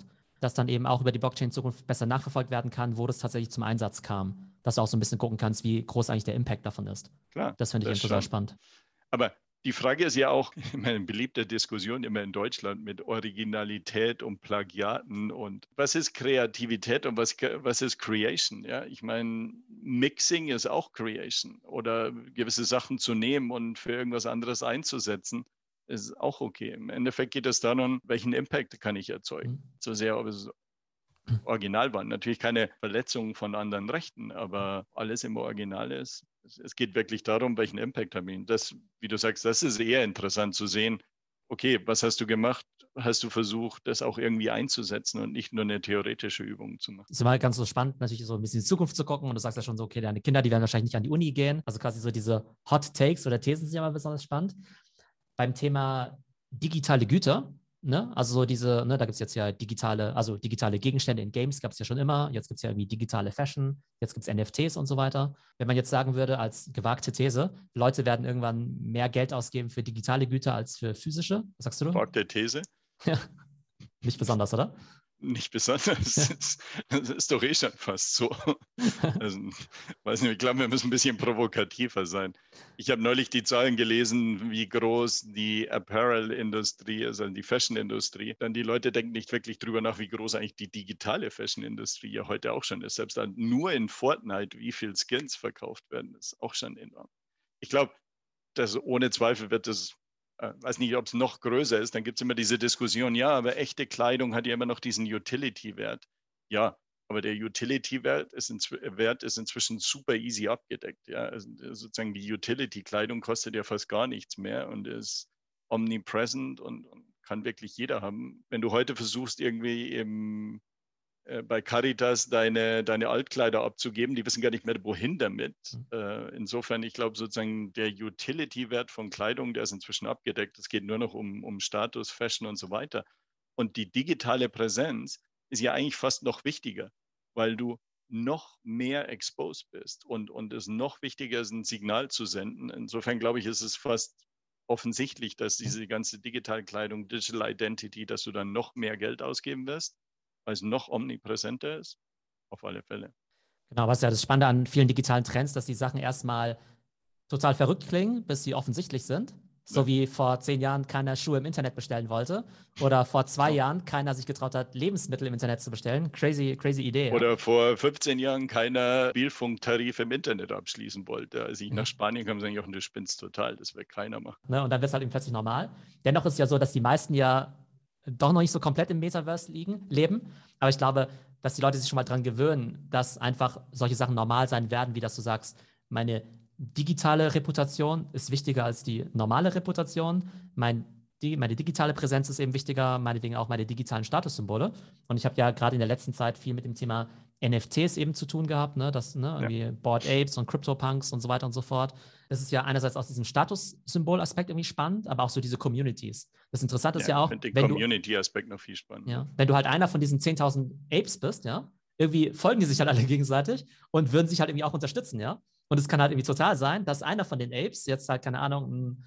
dass dann eben auch über die Blockchain in Zukunft besser nachverfolgt werden kann, wo das tatsächlich zum Einsatz kam. Dass du auch so ein bisschen gucken kannst, wie groß eigentlich der Impact davon ist. Klar, Das finde ich das eben total schon. spannend. Aber die Frage ist ja auch, immer eine beliebte Diskussion immer in Deutschland mit Originalität und Plagiaten und was ist Kreativität und was ist Creation? Ja, ich meine, Mixing ist auch Creation oder gewisse Sachen zu nehmen und für irgendwas anderes einzusetzen, ist auch okay. Im Endeffekt geht es darum, welchen Impact kann ich erzeugen. So sehr, ob es original war. Natürlich keine Verletzung von anderen Rechten, aber alles im Original ist. Es geht wirklich darum, welchen Impact habe ich. Das, wie du sagst, das ist eher interessant zu sehen. Okay, was hast du gemacht? Hast du versucht, das auch irgendwie einzusetzen und nicht nur eine theoretische Übung zu machen? Es ist immer ganz so spannend, natürlich so ein bisschen in die Zukunft zu gucken. Und du sagst ja schon so, okay, deine Kinder, die werden wahrscheinlich nicht an die Uni gehen. Also quasi so diese Hot Takes oder Thesen sind ja mal besonders spannend. Beim Thema digitale Güter, ne? Also so diese, ne, da gibt es jetzt ja digitale Gegenstände in Games gab es ja schon immer. Jetzt gibt es ja irgendwie digitale Fashion, jetzt gibt es NFTs und so weiter. Wenn man jetzt sagen würde, als gewagte These, Leute werden irgendwann mehr Geld ausgeben für digitale Güter als für physische, was sagst du? Gewagte These? Nicht besonders, oder? Nicht besonders. Das ist doch eh schon fast so. Also, weiß nicht, ich glaube, wir müssen ein bisschen provokativer sein. Ich habe neulich die Zahlen gelesen, wie groß die Apparel-Industrie ist, also die Fashion-Industrie. Dann die Leute denken nicht wirklich drüber nach, wie groß eigentlich die digitale Fashion-Industrie ja heute auch schon ist. Selbst dann nur in Fortnite, wie viel Skins verkauft werden, ist auch schon enorm. Ich glaube, dass ohne Zweifel wird es weiß nicht, ob es noch größer ist, dann gibt es immer diese Diskussion, ja, aber echte Kleidung hat ja immer noch diesen Utility-Wert. Ja, aber der Utility-Wert ist, inzwischen super easy abgedeckt. Ja? Also sozusagen die Utility-Kleidung kostet ja fast gar nichts mehr und ist omnipresent und kann wirklich jeder haben. Wenn du heute versuchst, irgendwie bei Caritas deine Altkleider abzugeben, die wissen gar nicht mehr, wohin damit. Insofern, ich glaube sozusagen, der Utility-Wert von Kleidung, der ist inzwischen abgedeckt. Es geht nur noch um Status, Fashion und so weiter. Und die digitale Präsenz ist ja eigentlich fast noch wichtiger, weil du noch mehr exposed bist und es noch wichtiger ist, ein Signal zu senden. Insofern, glaube ich, ist es fast offensichtlich, dass diese ganze digitale Kleidung, Digital Identity, dass du dann noch mehr Geld ausgeben wirst, weil es noch omnipräsenter ist? Auf alle Fälle. Genau, was ja das Spannende an vielen digitalen Trends, dass die Sachen erstmal total verrückt klingen, bis sie offensichtlich sind. So Ja. wie vor 10 Jahren keiner Schuhe im Internet bestellen wollte. Oder vor 2 So. Jahren keiner sich getraut hat, Lebensmittel im Internet zu bestellen. Crazy, crazy Idee, ja? Oder vor 15 Jahren keiner Mobilfunktarif im Internet abschließen wollte. Als ich nach Spanien kam, sagen, du spinnst total, das wird keiner machen. Ne? Und dann wird es halt eben plötzlich normal. Dennoch ist es ja so, dass die meisten ja doch noch nicht so komplett im Metaverse leben. Aber ich glaube, dass die Leute sich schon mal dran gewöhnen, dass einfach solche Sachen normal sein werden, wie dass du sagst, meine digitale Reputation ist wichtiger als die normale Reputation. Meine digitale Präsenz ist eben wichtiger, meinetwegen auch meine digitalen Statussymbole. Und ich habe ja gerade in der letzten Zeit viel mit dem Thema NFTs eben zu tun gehabt, ne? Das, ne, Ja. irgendwie Bored Apes und CryptoPunks und so weiter und so fort. Das ist ja einerseits aus diesem Statussymbol-Aspekt irgendwie spannend, aber auch so diese Communities. Das Interessante ist Ja, ja ich auch, finde den wenn du, Community-Aspekt noch viel spannender. ja, wenn du halt einer von diesen 10.000 Apes bist, ja, irgendwie folgen die sich halt alle gegenseitig und würden sich halt irgendwie auch unterstützen, ja. Und es kann halt irgendwie total sein, dass einer von den Apes jetzt halt, keine Ahnung,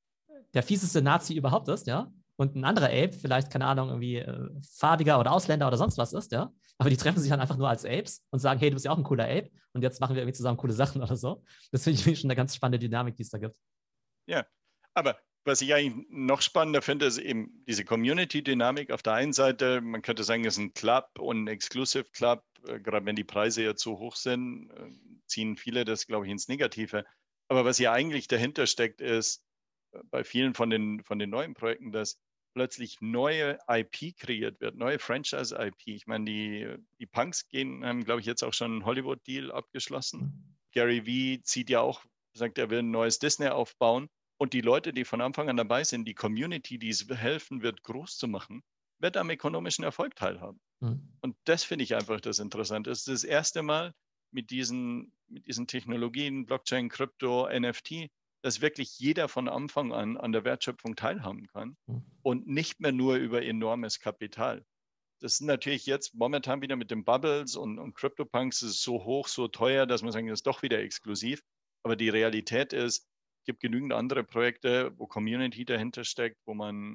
der fieseste Nazi überhaupt ist, ja. Und ein anderer Ape, vielleicht, keine Ahnung, irgendwie farbiger oder Ausländer oder sonst was ist, ja. Aber die treffen sich dann einfach nur als Apes und sagen, hey, du bist ja auch ein cooler Ape und jetzt machen wir irgendwie zusammen coole Sachen oder so. Das finde ich schon eine ganz spannende Dynamik, die es da gibt. Ja, aber was ich eigentlich noch spannender finde, ist eben diese Community-Dynamik. Auf der einen Seite, man könnte sagen, es ist ein Club und ein Exclusive Club. Gerade wenn die Preise jetzt so hoch sind, ziehen viele das, glaube ich, ins Negative. Aber was hier eigentlich dahinter steckt, ist bei vielen von den neuen Projekten, dass plötzlich neue IP kreiert wird, neue Franchise-IP. Ich meine, die Punks haben, glaube ich, jetzt auch schon einen Hollywood-Deal abgeschlossen. Gary Vee zieht ja auch, sagt, er will ein neues Disney aufbauen. Und die Leute, die von Anfang an dabei sind, die Community, die es helfen wird, groß zu machen, wird am ökonomischen Erfolg teilhaben. Und das finde ich einfach das Interessante. Es ist das erste Mal mit diesen Technologien, Blockchain, Krypto, NFT, dass wirklich jeder von Anfang an der Wertschöpfung teilhaben kann und nicht mehr nur über enormes Kapital. Das ist natürlich jetzt momentan wieder mit den Bubbles und CryptoPunks ist so hoch, so teuer, dass man sagen, das ist doch wieder exklusiv. Aber die Realität ist, es gibt genügend andere Projekte, wo Community dahinter steckt, wo man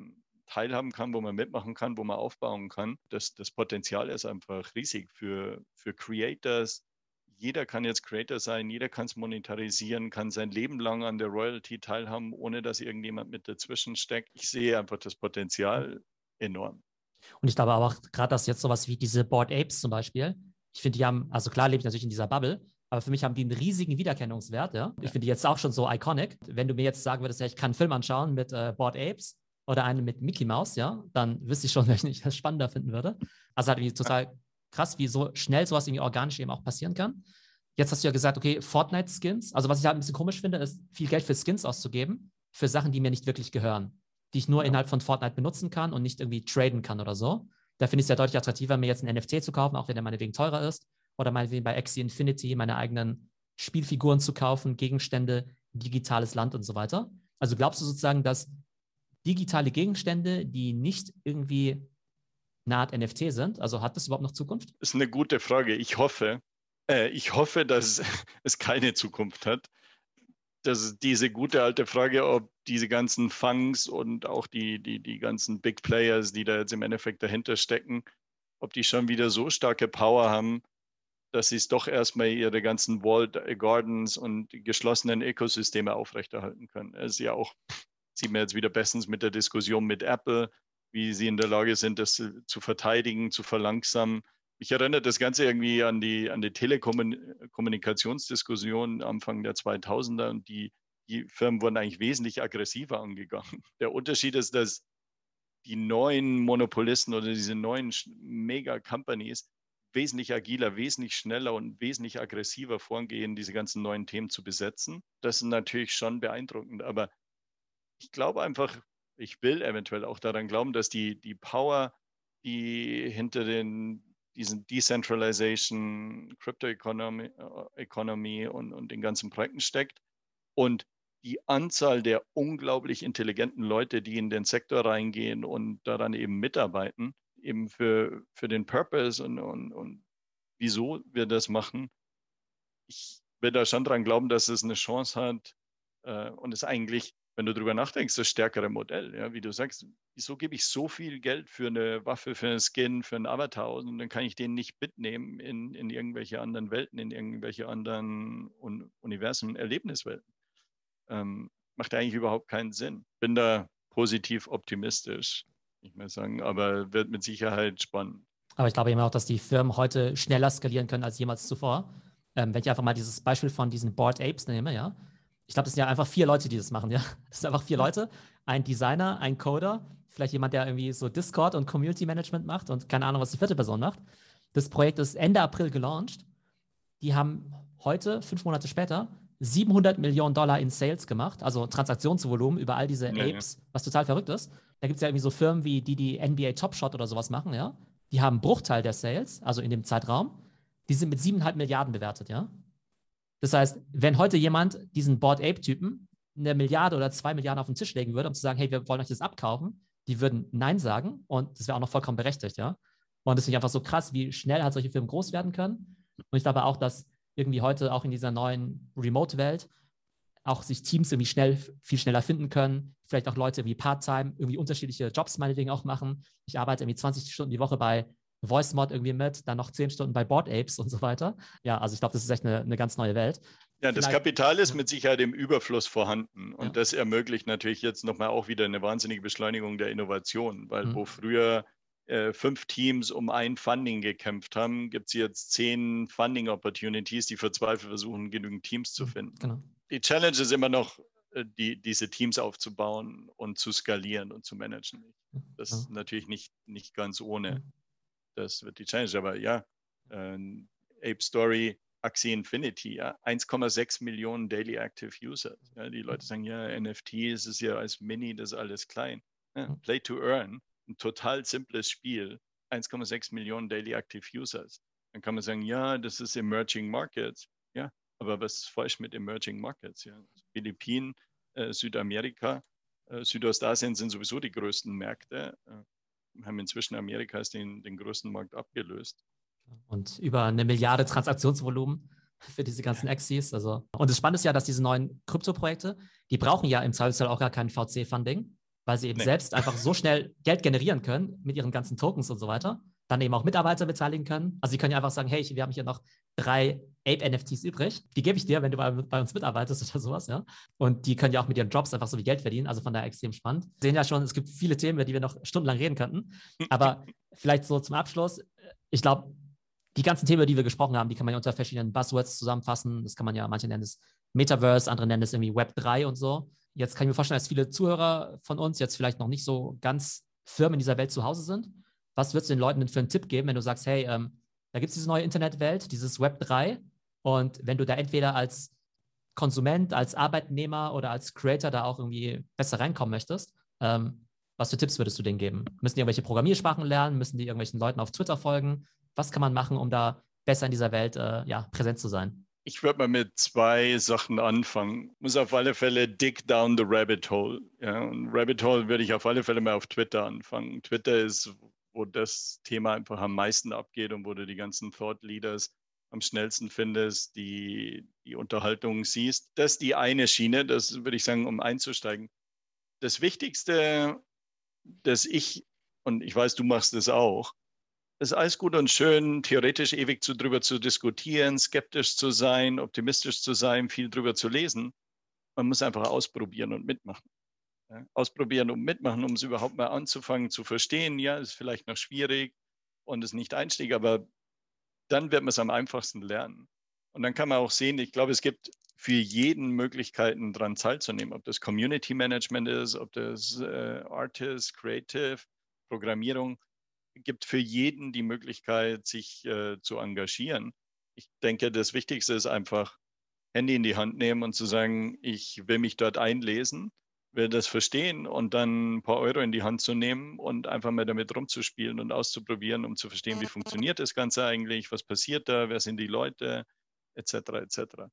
teilhaben kann, wo man mitmachen kann, wo man aufbauen kann. Das Potenzial ist einfach riesig für Creators. Jeder kann jetzt Creator sein, jeder kann es monetarisieren, kann sein Leben lang an der Royalty teilhaben, ohne dass irgendjemand mit dazwischen steckt. Ich sehe einfach das Potenzial enorm. Und ich glaube aber auch gerade, dass jetzt sowas wie diese Bored Apes zum Beispiel, ich finde, die haben, also klar lebe ich natürlich in dieser Bubble, aber für mich haben die einen riesigen Wiedererkennungswert. Ja? Ich finde die jetzt auch schon so iconic. Wenn du mir jetzt sagen würdest, ja, ich kann einen Film anschauen mit Bored Apes oder einen mit Mickey Mouse, ja, dann wüsste ich schon, welchen ich das spannender finden würde. Also halt irgendwie total krass, wie so schnell sowas irgendwie organisch eben auch passieren kann. Jetzt hast du ja gesagt, okay, Fortnite-Skins. Also was ich halt ein bisschen komisch finde, ist, viel Geld für Skins auszugeben, für Sachen, die mir nicht wirklich gehören, die ich nur innerhalb von Fortnite benutzen kann und nicht irgendwie traden kann oder so. Da finde ich es ja deutlich attraktiver, mir jetzt ein NFT zu kaufen, auch wenn der meinetwegen teurer ist. Oder meinetwegen bei Axie Infinity meine eigenen Spielfiguren zu kaufen, Gegenstände, digitales Land und so weiter. Also glaubst du sozusagen, dass digitale Gegenstände, die nicht irgendwie eine Art NFT sind, also hat das überhaupt noch Zukunft? Das ist eine gute Frage. Ich hoffe, dass es keine Zukunft hat. Das ist diese gute alte Frage, ob diese ganzen Funks und auch die ganzen Big Players, die da jetzt im Endeffekt dahinter stecken, ob die schon wieder so starke Power haben, dass sie es doch erstmal ihre ganzen Walled Gardens und geschlossenen Ökosysteme aufrechterhalten können. Es ist ja auch, sieht man jetzt wieder bestens mit der Diskussion mit Apple, wie sie in der Lage sind, das zu verteidigen, zu verlangsamen. Mich erinnert das Ganze irgendwie an die Telekommunikationsdiskussion Anfang der 2000er und die Firmen wurden eigentlich wesentlich aggressiver angegangen. Der Unterschied ist, dass die neuen Monopolisten oder diese neuen Mega-Companies wesentlich agiler, wesentlich schneller und wesentlich aggressiver vorgehen, diese ganzen neuen Themen zu besetzen. Das ist natürlich schon beeindruckend, aber ich glaube einfach, ich will eventuell auch daran glauben, dass die Power, die hinter diesen Decentralization, Crypto-Economy und den ganzen Projekten steckt und die Anzahl der unglaublich intelligenten Leute, die in den Sektor reingehen und daran eben mitarbeiten, eben für den Purpose und wieso wir das machen. Ich will da schon dran glauben, dass es eine Chance hat und es eigentlich, wenn du drüber nachdenkst, das stärkere Modell. Ja? Wie du sagst, wieso gebe ich so viel Geld für eine Waffe, für einen Skin, für einen Avatar aus und dann kann ich den nicht mitnehmen in irgendwelche anderen Welten, in irgendwelche anderen Universen, Erlebniswelten. Macht eigentlich überhaupt keinen Sinn. Bin da positiv optimistisch, ich mal sagen, aber wird mit Sicherheit spannend. Aber ich glaube eben auch, dass die Firmen heute schneller skalieren können als jemals zuvor. Wenn ich einfach mal dieses Beispiel von diesen Bored Apes nehme, ja. Ich glaube, das sind ja einfach 4 Leute, die das machen, ja. Das sind einfach 4 Leute. Ein Designer, ein Coder, vielleicht jemand, der irgendwie so Discord und Community Management macht und keine Ahnung, was die 4. Person macht. Das Projekt ist Ende April gelauncht. Die haben heute, 5 Monate später, $700 Millionen in Sales gemacht, also Transaktionsvolumen über all diese Apes, was total verrückt ist. Da gibt es ja irgendwie so Firmen wie die NBA Top Shot oder sowas machen, ja. Die haben einen Bruchteil der Sales, also in dem Zeitraum. Die sind mit 7,5 Milliarden bewertet, ja. Das heißt, wenn heute jemand diesen Bored Ape-Typen 1 Milliarde oder 2 Milliarden auf den Tisch legen würde, um zu sagen, hey, wir wollen euch das abkaufen, die würden Nein sagen und das wäre auch noch vollkommen berechtigt, ja. Und das finde ich einfach so krass, wie schnell halt solche Firmen groß werden können. Und ich glaube auch, dass irgendwie heute auch in dieser neuen Remote-Welt auch sich Teams irgendwie viel schneller finden können. Vielleicht auch Leute wie Part-Time irgendwie unterschiedliche Jobs meinetwegen auch machen. Ich arbeite irgendwie 20 Stunden die Woche bei VoiceMod irgendwie mit, dann noch 10 Stunden bei Bored Apes und so weiter. Ja, also ich glaube, das ist echt eine ganz neue Welt. Ja, das Kapital ist mit Sicherheit im Überfluss vorhanden und das ermöglicht natürlich jetzt nochmal auch wieder eine wahnsinnige Beschleunigung der Innovation, weil wo früher 5 Teams um ein Funding gekämpft haben, gibt es jetzt 10 Funding-Opportunities, die verzweifelt versuchen, genügend Teams zu finden. Genau. Die Challenge ist immer noch, diese Teams aufzubauen und zu skalieren und zu managen. Das ist natürlich nicht ganz ohne. Das wird die Challenge, aber ja, Ape Story, Axie Infinity, ja, 1,6 Millionen Daily Active Users. Ja, die Leute sagen, ja, NFTs ist ja als Mini, das ist alles klein. Ja, Play to Earn, ein total simples Spiel, 1,6 Millionen Daily Active Users. Dann kann man sagen, ja, das ist Emerging Markets. Ja, aber was ist falsch mit Emerging Markets? Ja? Philippinen, Südamerika, Südostasien sind sowieso die größten Märkte. Haben inzwischen Amerikas den größten Markt abgelöst. Und über 1 Milliarde Transaktionsvolumen für diese ganzen Axies. Also. Und das Spannende ist ja, dass diese neuen Krypto-Projekte, die brauchen ja im Zweifelsfall auch gar kein VC-Funding. weil sie eben Nee. selbst einfach so schnell Geld generieren können mit ihren ganzen Tokens und so weiter. Dann eben auch Mitarbeiter beteiligen können. Also sie können ja einfach sagen, hey, wir haben hier noch 3 Ape-NFTs übrig. Die gebe ich dir, wenn du bei uns mitarbeitest oder sowas, ja. Und die können ja auch mit ihren Jobs einfach so viel Geld verdienen. Also von daher extrem spannend. Wir sehen ja schon, es gibt viele Themen, über die wir noch stundenlang reden könnten. Aber vielleicht so zum Abschluss. Ich glaube, die ganzen Themen, über die wir gesprochen haben, die kann man ja unter verschiedenen Buzzwords zusammenfassen. Das kann man ja, manche nennen es Metaverse, andere nennen es irgendwie Web 3 und so. Jetzt kann ich mir vorstellen, dass viele Zuhörer von uns jetzt vielleicht noch nicht so ganz firm in dieser Welt zu Hause sind. Was würdest du den Leuten denn für einen Tipp geben, wenn du sagst, hey, da gibt es diese neue Internetwelt, dieses Web 3, und wenn du da entweder als Konsument, als Arbeitnehmer oder als Creator da auch irgendwie besser reinkommen möchtest, was für Tipps würdest du denen geben? Müssen die irgendwelche Programmiersprachen lernen? Müssen die irgendwelchen Leuten auf Twitter folgen? Was kann man machen, um da besser in dieser Welt präsent zu sein? Ich würde mal mit 2 Sachen anfangen. Muss auf alle Fälle dig down the rabbit hole. Ja, und Rabbit Hole würde ich auf alle Fälle mal auf Twitter anfangen. Twitter ist, wo das Thema einfach am meisten abgeht und wo du die ganzen Thought Leaders am schnellsten findest, die Unterhaltung siehst. Das ist die eine Schiene, das würde ich sagen, um einzusteigen. Das Wichtigste, und ich weiß, du machst es auch, es ist alles gut und schön, theoretisch ewig drüber zu diskutieren, skeptisch zu sein, optimistisch zu sein, viel drüber zu lesen. Man muss einfach ausprobieren und mitmachen. Ja, ausprobieren und mitmachen, um es überhaupt mal anzufangen zu verstehen. Ja, ist vielleicht noch schwierig und ist nicht Einstieg, aber dann wird man es am einfachsten lernen. Und dann kann man auch sehen, ich glaube, es gibt für jeden Möglichkeiten, daran teilzunehmen, ob das Community Management ist, ob das Artist, Creative, Programmierung. Gibt für jeden die Möglichkeit, sich zu engagieren. Ich denke, das Wichtigste ist einfach, Handy in die Hand nehmen und zu sagen, ich will mich dort einlesen, will das verstehen und dann ein paar Euro in die Hand zu nehmen und einfach mal damit rumzuspielen und auszuprobieren, um zu verstehen, wie funktioniert das Ganze eigentlich, was passiert da, wer sind die Leute, etc. etc.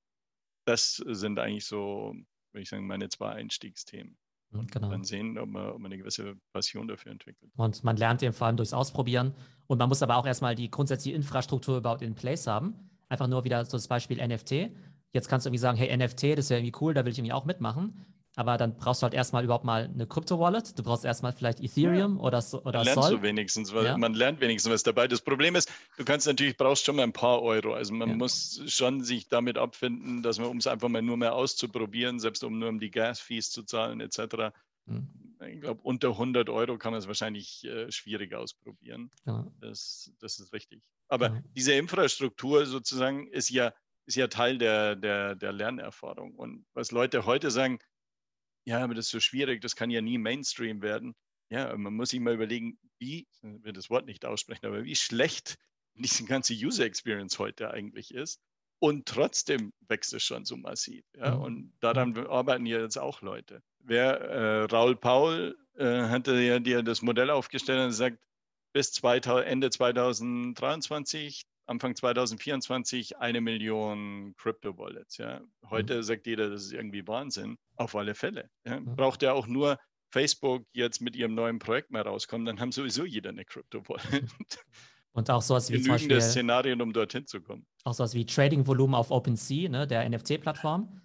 Das sind eigentlich so, würde ich sagen, meine 2 Einstiegsthemen. Und Genau. dann sehen, ob man eine gewisse Passion dafür entwickelt. Und man lernt eben vor allem durchs Ausprobieren. Und man muss aber auch erstmal die grundsätzliche Infrastruktur überhaupt in place haben. Einfach nur wieder so das Beispiel NFT. Jetzt kannst du irgendwie sagen, hey, NFT, das wäre irgendwie cool, da will ich irgendwie auch mitmachen. Aber dann brauchst du halt erstmal überhaupt mal eine Crypto-Wallet. Du brauchst erstmal vielleicht Ja, Ethereum oder dann lernst Sol. du wenigstens, Ja, man lernt wenigstens was dabei. Das Problem ist, du kannst natürlich, brauchst schon mal ein paar Euro. Also man ja. muss schon sich damit abfinden, dass man, um es einfach mal nur mehr auszuprobieren, selbst nur um die Gas-Fees zu zahlen etc. Hm, Ich glaube, unter 100 Euro kann man es wahrscheinlich schwierig ausprobieren. genau, Das ist richtig. Aber genau. diese Infrastruktur sozusagen ist ja Teil der Lernerfahrung. Und was Leute heute sagen, ja, aber das ist so schwierig, das kann ja nie Mainstream werden. Ja, man muss sich mal überlegen, ich will das Wort nicht aussprechen, aber wie schlecht diese ganze User Experience heute eigentlich ist. Und trotzdem wächst es schon so massiv. Ja? Hm, Und hm, daran arbeiten ja jetzt auch Leute. Raoul Paul hatte ja dir das Modell aufgestellt und sagt, bis Ende 2023, Anfang 2024 1 Million Crypto-Wallets. Ja. hm, Heute sagt jeder, das ist irgendwie Wahnsinn. Auf alle Fälle. Ja. hm. Braucht ja auch nur Facebook jetzt mit ihrem neuen Projekt mal rauskommen, dann haben sowieso jeder eine Crypto-Wallet. Und auch sowas wie zum Genügende Beispiel, Szenarien, um dorthin zu kommen. auch sowas wie Trading-Volumen auf OpenSea, ne, der NFT-Plattform.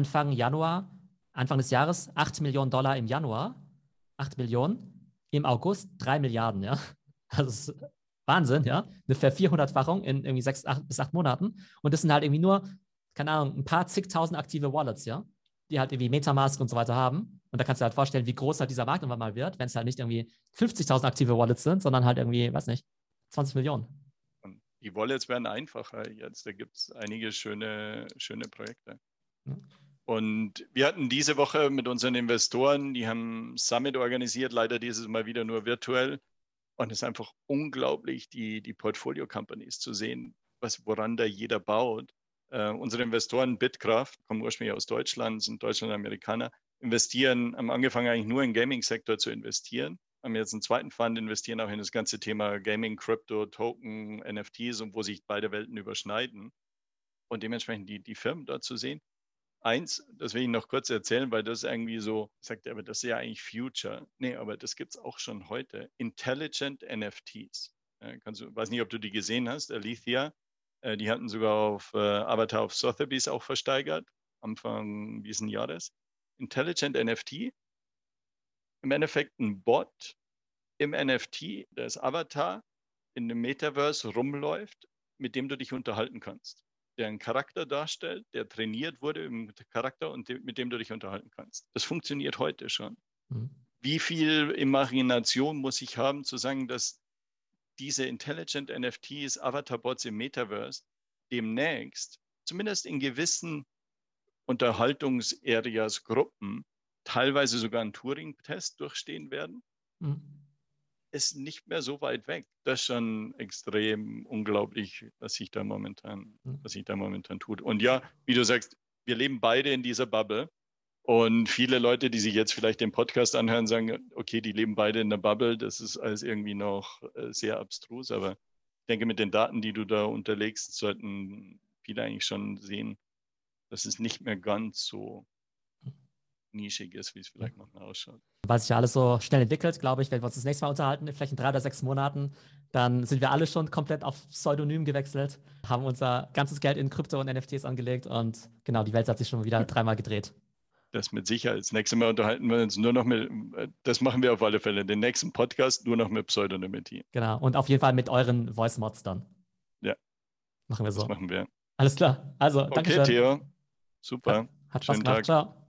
Anfang des Jahres 8 Millionen Dollar im Januar, 8 Millionen, im August 3 Milliarden, ja. Das ist Wahnsinn, ja. Eine Ver-400-fachung in irgendwie 6 bis 8 Monaten. Und das sind halt irgendwie nur, keine Ahnung, ein paar zigtausend aktive Wallets, ja, die halt irgendwie Metamask und so weiter haben. Und da kannst du dir halt vorstellen, wie groß halt dieser Markt irgendwann mal wird, wenn es halt nicht irgendwie 50.000 aktive Wallets sind, sondern halt irgendwie, weiß nicht, 20 Millionen. Und die Wallets werden einfacher jetzt. Da gibt es einige schöne Projekte. Ja. Und wir hatten diese Woche mit unseren Investoren, die haben Summit organisiert, leider dieses Mal wieder nur virtuell. Und es ist einfach unglaublich, die Portfolio-Companies zu sehen, woran da jeder baut. Unsere Investoren, Bitkraft, kommen ursprünglich aus Deutschland, sind Deutschland-Amerikaner, haben angefangen eigentlich nur im Gaming-Sektor zu investieren, haben jetzt einen zweiten Fund, investieren auch in das ganze Thema Gaming, Crypto, Token, NFTs und wo sich beide Welten überschneiden. Und dementsprechend die Firmen dort zu sehen. Eins, das will ich noch kurz erzählen, weil das irgendwie so, sagt er, aber das ist ja eigentlich Future. Nee, aber das gibt es auch schon heute. Intelligent NFTs. Weiß nicht, ob du die gesehen hast, Alethea. Die hatten sogar auf Avatar of Sotheby's auch versteigert, Anfang diesen Jahres. Intelligent NFT. im Endeffekt ein Bot im NFT, das Avatar, in dem Metaverse rumläuft, mit dem du dich unterhalten kannst. Der einen Charakter darstellt, der trainiert wurde im Charakter und mit dem du dich unterhalten kannst. Das funktioniert heute schon. Mhm. Wie viel Imagination muss ich haben, zu sagen, dass diese Intelligent NFTs, Avatar-Bots im Metaverse demnächst, zumindest in gewissen Unterhaltungsareas, Gruppen, teilweise sogar einen Turing-Test durchstehen werden, ist nicht mehr so weit weg. Das ist schon extrem unglaublich, was sich da momentan tut. Und ja, wie du sagst, wir leben beide in dieser Bubble. Und viele Leute, die sich jetzt vielleicht den Podcast anhören, sagen, okay, die leben beide in der Bubble. Das ist alles irgendwie noch sehr abstrus. Aber ich denke, mit den Daten, die du da unterlegst, sollten viele eigentlich schon sehen, dass es nicht mehr ganz so nischig ist, wie es vielleicht manchmal ausschaut. Weil sich ja alles so schnell entwickelt, glaube ich, wenn wir uns das nächste Mal unterhalten, vielleicht in 3 oder 6 Monaten, dann sind wir alle schon komplett auf Pseudonym gewechselt, haben unser ganzes Geld in Krypto und NFTs angelegt und genau, die Welt hat sich schon wieder 3-mal gedreht. Das mit Sicherheit. Das nächste Mal unterhalten wir uns nur noch mit, das machen wir auf alle Fälle, den nächsten Podcast nur noch mit Pseudonymity. Genau, und auf jeden Fall mit euren Voice-Mods dann. Ja. Machen wir so. Das machen wir. Alles klar. Also, Okay, Dankeschön. Theo. Super. Hat Spaß Schönen gemacht. Tag. Ciao.